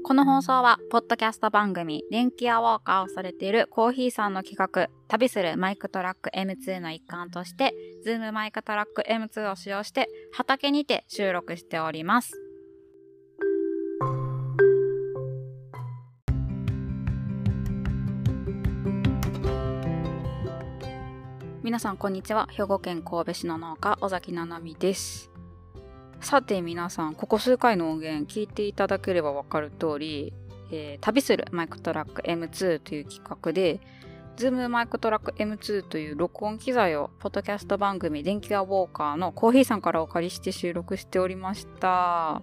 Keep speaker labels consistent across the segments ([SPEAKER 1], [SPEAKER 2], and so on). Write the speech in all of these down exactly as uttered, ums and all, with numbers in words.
[SPEAKER 1] この放送はポッドキャスト番組電気屋ウォーカーをされているコーヒーさんの企画旅するマイクトラック エムツー の一環としてズームマイクトラック エムツー を使用して畑にて収録しております。皆さんこんにちは。兵庫県神戸市の農家尾崎七海です。さて皆さん、ここ数回の音源聞いていただければわかる通り、えー、旅するマイクトラック エムツー という企画で、ズームマイクトラック エムツー という録音機材をポッドキャスト番組電気屋ウォーカーのコーヒーさんからお借りして収録しておりました。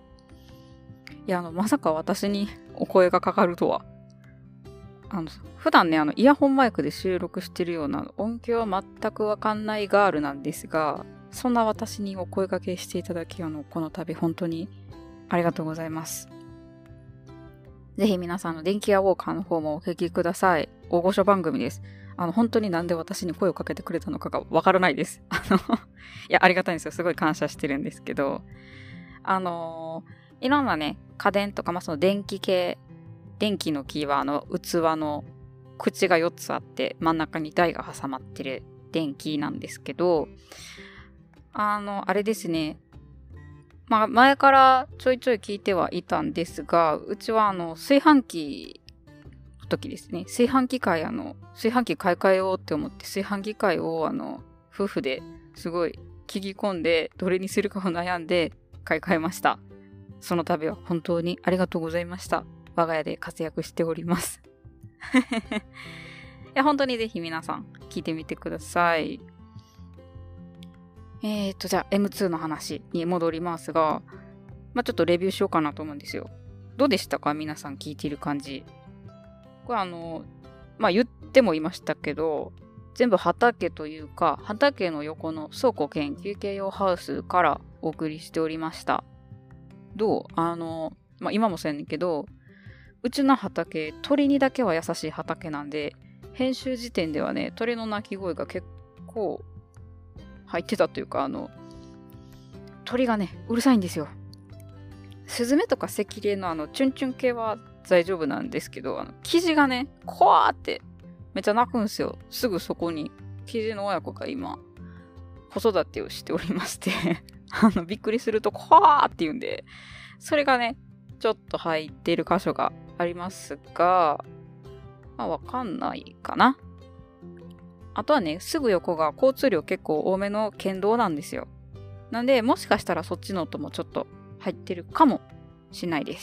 [SPEAKER 1] いや、あの、まさか私にお声がかかるとは。あの、普段ね、あの、イヤホンマイクで収録してるような音響は全くわかんないガールなんですが、そんな私にお声掛けしていただき、あの、この度本当にありがとうございます。ぜひ皆さんの電気屋ウォーカーの方もお聞きください。大御所番組です。あの、本当になんで私に声をかけてくれたのかがわからないです。あの、いや、ありがたいんですよ。すごい感謝してるんですけど、あの、いろんなね、家電とか、まあ、その電気系、電気のキーはあの、器の口がよっつあって、真ん中に台が挟まってる電気なんですけど、あの、あれですね。まあ、前からちょいちょい聞いてはいたんですが、うちはあの、炊飯器の時ですね。炊飯器買い、あの、炊飯器買い替えようって思って、炊飯器買いをあの、夫婦ですごい聞き込んで、どれにするかを悩んで買い替えました。その度は本当にありがとうございました。我が家で活躍しております。いや、本当にぜひ皆さん聞いてみてください。えーと、じゃあ エムツー の話に戻りますが、まあ、ちょっとレビューしようかなと思うんですよ。どうでしたか？皆さん聞いている感じ。これあの、まあ、言ってもいましたけど、全部畑というか、畑の横の倉庫兼休憩用ハウスからお送りしておりました。どう？あの、まあ、今もそうやねんけど、うちの畑、鳥にだけは優しい畑なんで、編集時点ではね、鳥の鳴き声が結構入ってたというか、あの、鳥がね、うるさいんですよ。スズメとかセキレイのあの、チュンチュン系は大丈夫なんですけど、あの、キジがね、コワーってめっちゃ鳴くんですよ。すぐそこに、キジの親子が今、子育てをしておりましてあの、びっくりすると、コワーって言うんで、それがね、ちょっと入っている箇所がありますが、まあ、わかんないかな。あとはね、すぐ横が交通量結構多めの県道なんですよ。なんで、もしかしたらそっちの音もちょっと入ってるかもしれないです。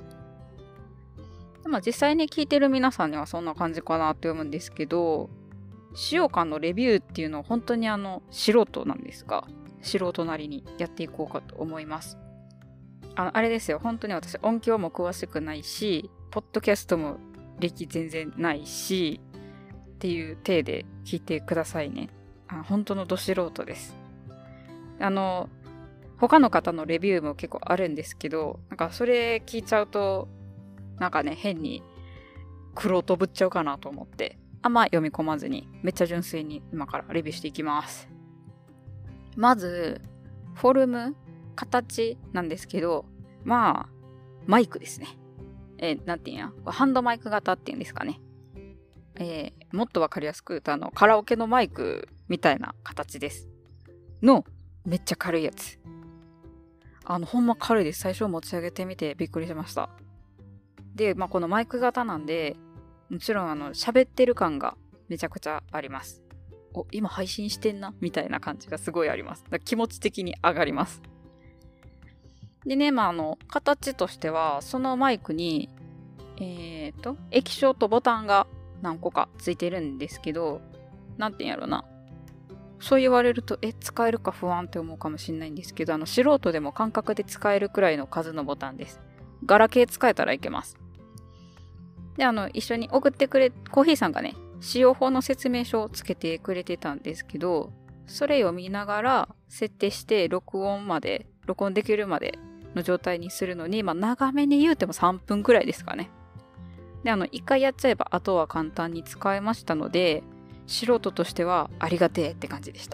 [SPEAKER 1] でも実際に聞いてる皆さんにはそんな感じかなって思うんですけど、使用感のレビューっていうのは本当にあの、素人なんですが、素人なりにやっていこうかと思います。あの、あれですよ。本当に私音響も詳しくないし、ポッドキャストも歴全然ないし、っていう体で聞いてくださいね。あ、本当のど素人です。あの、他の方のレビューも結構あるんですけど、なんかそれ聞いちゃうと、なんかね、変に玄人ぶっちゃうかなと思って、あんま読み込まずに、めっちゃ純粋に今からレビューしていきます。まず、フォルム、形なんですけど、まあ、マイクですね。えー、なんていうんや、ハンドマイク型っていうんですかね。えー、もっとわかりやすく言うと、あの、カラオケのマイクみたいな形です。の、めっちゃ軽いやつ。あの、ほんま軽いです。最初持ち上げてみてびっくりしました。で、まあ、このマイク型なんで、もちろんあの、喋ってる感がめちゃくちゃあります。お、今配信してんなみたいな感じがすごいあります。だから気持ち的に上がります。でね、まあ、あの、形としては、そのマイクに、えーと、液晶とボタンが何個かついてるんですけど、なんて言うんやろな。そう言われると、え、使えるか不安って思うかもしれないんですけど、あの、素人でも感覚で使えるくらいの数のボタンです。ガラケー使えたらいけます。で、あの、一緒に送ってくれ、コーヒーさんがね、使用法の説明書をつけてくれてたんですけど、それを見ながら設定して録音まで、録音できるまでの状態にするのに、まあ、長めに言うてもさんぷんくらいですかね。で、あの、一回やっちゃえば、あとは簡単に使えましたので、素人としてはありがてえって感じでした。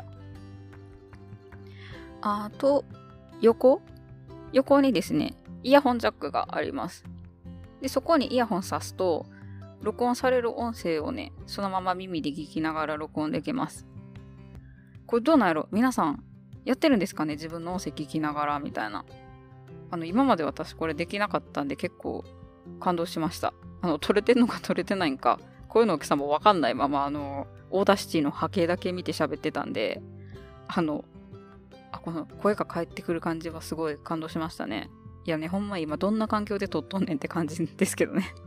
[SPEAKER 1] あと、横横にですね、イヤホンジャックがあります。 で、そこにイヤホン挿すと、録音される音声をね、そのまま耳で聞きながら録音できます。これどうなんやろ？皆さん、やってるんですかね？自分の音声聞きながらみたいな。あの、今まで私これできなかったんで結構感動しました。あの、撮れてんのか撮れてないんか、こういうの大きさもわかんないまま、あの、オーダーシティの波形だけ見て喋ってたんで、あの、あ、この声が返ってくる感じはすごい感動しましたね。いやね、ほんま今どんな環境で撮っとんねんって感じですけどね。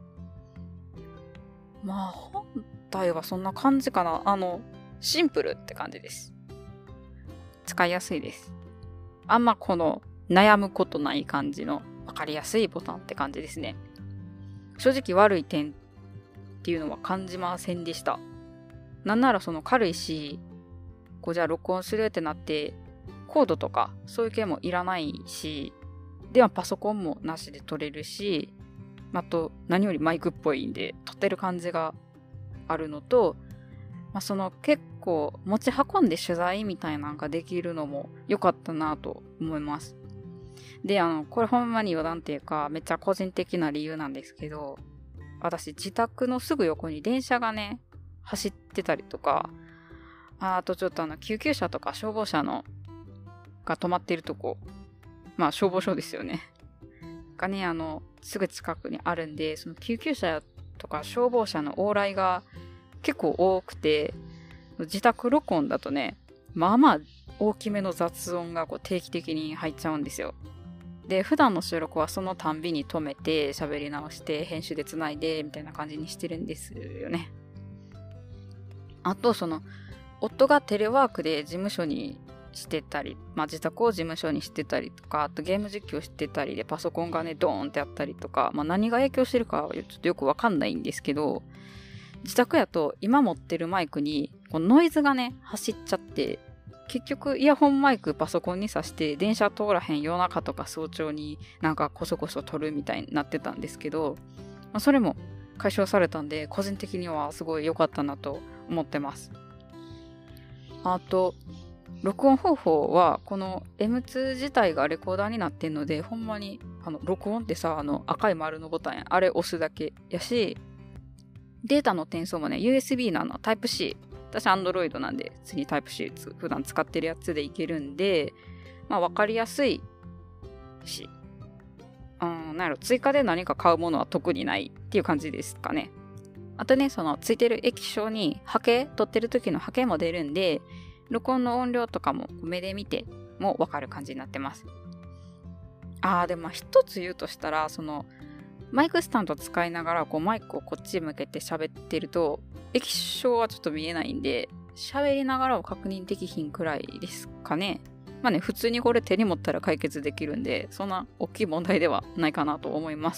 [SPEAKER 1] まあ、本体はそんな感じかな。あの、シンプルって感じです。使いやすいです。あんまこの悩むことない感じのわかりやすいボタンって感じですね。正直悪い点っていうのは感じませんでした。なんならその軽いし、こうじゃあ録音するってなって、コードとかそういう系もいらないし、ではパソコンもなしで撮れるし、あと何よりマイクっぽいんで撮ってる感じがあるのと、まあ、その結構持ち運んで取材みたいなのができるのも良かったなと思います。で、あの、これほんまに余談っていうかめっちゃ個人的な理由なんですけど、私自宅のすぐ横に電車がね、走ってたりとか、あとちょっとあの救急車とか消防車のが止まっているとこ、まあ消防署ですよね。がね、あの、すぐ近くにあるんで、その救急車とか消防車の往来が結構多くて、自宅録音だとね、まあまあ大きめの雑音がこう定期的に入っちゃうんですよ。で、普段の収録はそのたんびに止めて喋り直して編集でつないでみたいな感じにしてるんですよね。あとその夫がテレワークで事務所にしてたり、まあ自宅を事務所にしてたりとか、あとゲーム実況してたりでパソコンがねドーンってあったりとか、まあ何が影響してるかはちょっとよくわかんないんですけど、自宅やと今持ってるマイクにこうノイズがね走っちゃって、結局イヤホンマイクパソコンに挿して電車通らへん夜中とか早朝になんかコソコソ撮るみたいになってたんですけど、まあ、それも解消されたんで個人的にはすごい良かったなと思ってます。あと録音方法はこの エムツー 自体がレコーダーになってんので、ほんまにあの録音ってさ、あの赤い丸のボタンやあれ押すだけやし、データの転送もね ユーエスビー のあのタイプ C、 私 Android なんで普通にタイプ C 普段使ってるやつでいけるんで、まあ分かりやすいし、うん、なんやろ、追加で何か買うものは特にないっていう感じですかね。あとね、そのついてる液晶に波形、撮ってる時の波形も出るんで、録音の音量とかも目で見ても分かる感じになってます。あー、でも一つ言うとしたら、そのマイクスタンド使いながらこうマイクをこっち向けて喋ってると液晶はちょっと見えないんで、喋りながらを確認できひんくらいですかね。まあね、普通にこれ手に持ったら解決できるんで、そんな大きい問題ではないかなと思います。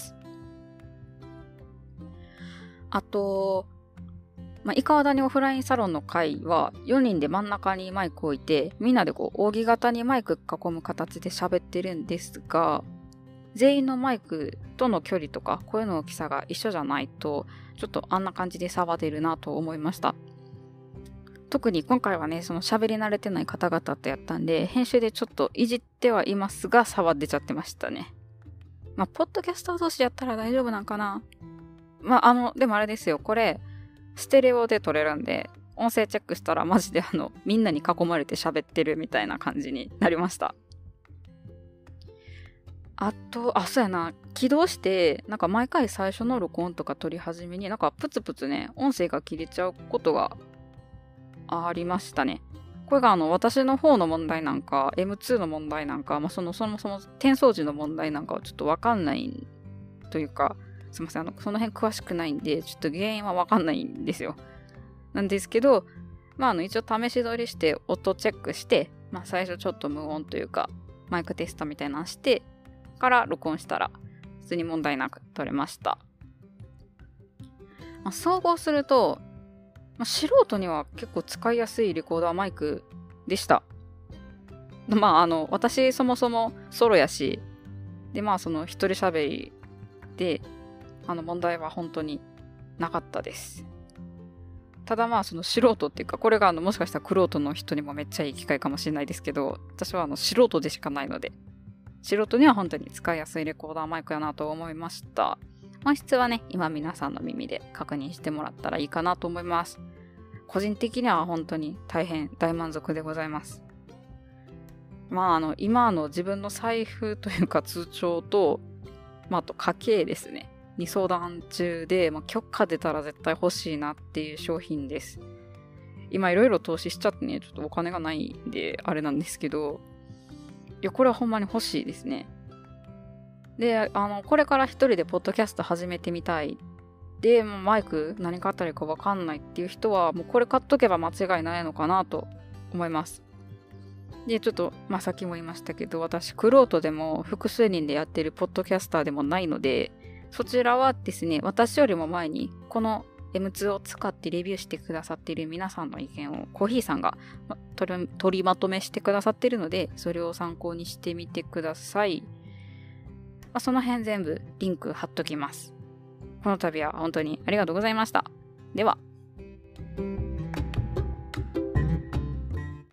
[SPEAKER 1] あと、まあ、イカワダニオフラインサロンの会はよにんで真ん中にマイクを置いて、みんなでこう扇形にマイク囲む形で喋ってるんですが、全員のマイクとの距離とか声の大きさが一緒じゃないと、ちょっとあんな感じで差は出るなと思いました。特に今回はね、その喋り慣れてない方々とやったんで、編集でちょっといじってはいますが、差は出ちゃってましたね。まあ、ポッドキャスター同士やったら大丈夫なんかな。まあ、あの、でもあれですよ、これ、ステレオで撮れるんで、音声チェックしたらマジであの、みんなに囲まれて喋ってるみたいな感じになりました。あと、あ、そうやな、起動して、なんか毎回最初の録音とか撮り始めに、なんかプツプツね、音声が切れちゃうことがありましたね。これがあの、私の方の問題なんか、エムツー の問題なんか、まあ、その、そもそも転送時の問題なんかはちょっとわかんないというか、すいません、あの、その辺詳しくないんで、ちょっと原因はわかんないんですよ。なんですけど、まあ、あの、一応試し撮りして、音チェックして、まあ、最初ちょっと無音というか、マイクテストみたいなのして、から録音したら、普通に問題なく撮れました。まあ、総合すると、まあ、素人には結構使いやすいレコーダーマイクでした。まあ、あの、私そもそもソロやし、で、まあ、その一人喋りで、あの問題は本当になかったです。ただまあその素人っていうか、これがあのもしかしたら玄人の人にもめっちゃいい機会かもしれないですけど、私はあの素人でしかないので、素人には本当に使いやすいレコーダーマイクやなと思いました。 音質はね、今皆さんの耳で確認してもらったらいいかなと思います。個人的には本当に大変大満足でございます。まあ、あの、今の自分の財布というか通帳と、まあ、あと家計ですね、に相談中で、まあ、許可出たら絶対欲しいなっていう商品です。今いろいろ投資しちゃってね、ちょっとお金がないんで、あれなんですけど、いや、これはほんまに欲しいですね。で、あの、これから一人でポッドキャスト始めてみたい。で、もうマイク何買ったらいいかわかんないっていう人は、もうこれ買っとけば間違いないのかなと思います。で、ちょっと、まあ、さっきも言いましたけど、私、クロートでも複数人でやってるポッドキャスターでもないので、そちらはですね、私よりも前に、この エムツー を使ってレビューしてくださっている皆さんの意見をコーヒーさんが取り、取りまとめしてくださっているので、それを参考にしてみてください。まあ、その辺全部リンク貼っときます。この度は本当にありがとうございました。では。